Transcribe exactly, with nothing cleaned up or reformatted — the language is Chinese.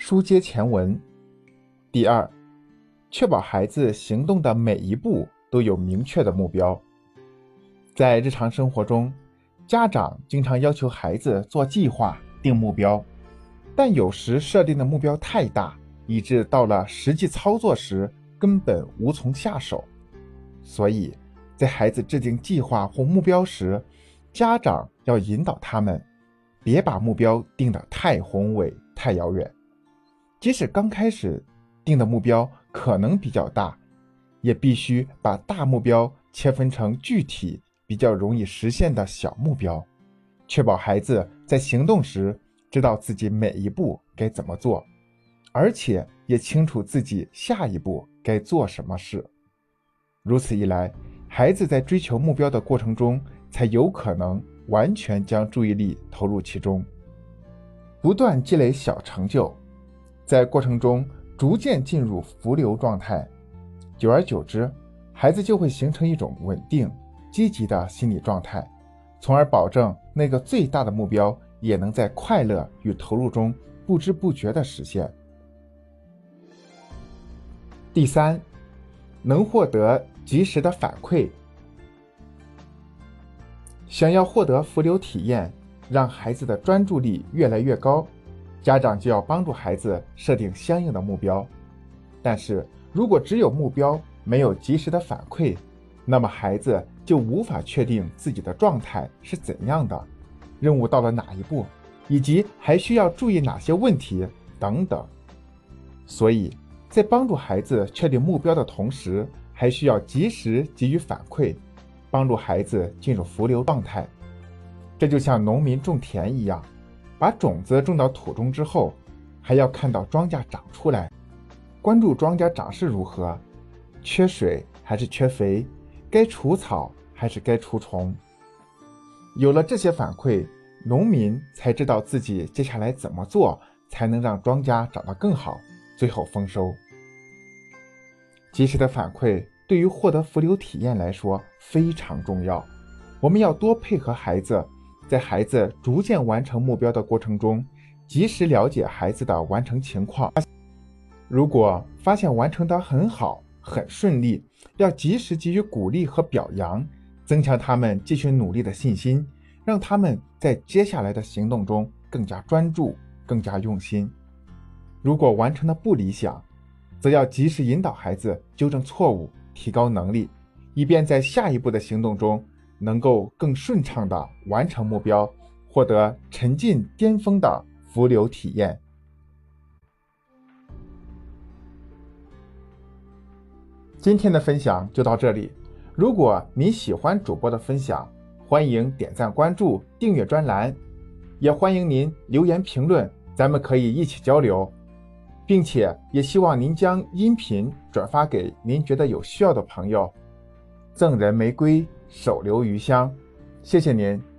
书接前文。第二，确保孩子行动的每一步都有明确的目标。在日常生活中，家长经常要求孩子做计划、定目标，但有时设定的目标太大，以致到了实际操作时根本无从下手。所以，在孩子制定计划或目标时，家长要引导他们，别把目标定得太宏伟、太遥远。即使刚开始定的目标可能比较大，也必须把大目标切分成具体、比较容易实现的小目标，确保孩子在行动时知道自己每一步该怎么做，而且也清楚自己下一步该做什么事。如此一来，孩子在追求目标的过程中才有可能完全将注意力投入其中，不断积累小成就，在过程中逐渐进入浮流状态，久而久之，孩子就会形成一种稳定、积极的心理状态，从而保证那个最大的目标也能在快乐与投入中不知不觉地实现。第三，能获得及时的反馈。想要获得浮流体验，让孩子的专注力越来越高，家长就要帮助孩子设定相应的目标。但是如果只有目标，没有及时的反馈，那么孩子就无法确定自己的状态是怎样的，任务到了哪一步，以及还需要注意哪些问题等等。所以在帮助孩子确定目标的同时，还需要及时给予反馈，帮助孩子进入浮流状态。这就像农民种田一样，把种子种到土中之后，还要看到庄稼长出来，关注庄稼长势如何，缺水还是缺肥，该除草还是该除虫。有了这些反馈，农民才知道自己接下来怎么做才能让庄稼长得更好，最后丰收。及时的反馈对于获得浮流体验来说非常重要，我们要多配合孩子，在孩子逐渐完成目标的过程中，及时了解孩子的完成情况。如果发现完成得很好、很顺利，要及时给予鼓励和表扬，增强他们继续努力的信心，让他们在接下来的行动中更加专注、更加用心。如果完成的不理想，则要及时引导孩子纠正错误，提高能力，以便在下一步的行动中能够更顺畅地完成目标，获得沉浸巅峰的浮流体验。今天的分享就到这里，如果你喜欢主播的分享，欢迎点赞关注订阅专栏，也欢迎您留言评论，咱们可以一起交流，并且也希望您将音频转发给您觉得有需要的朋友。赠人玫瑰，手留余香，谢谢您。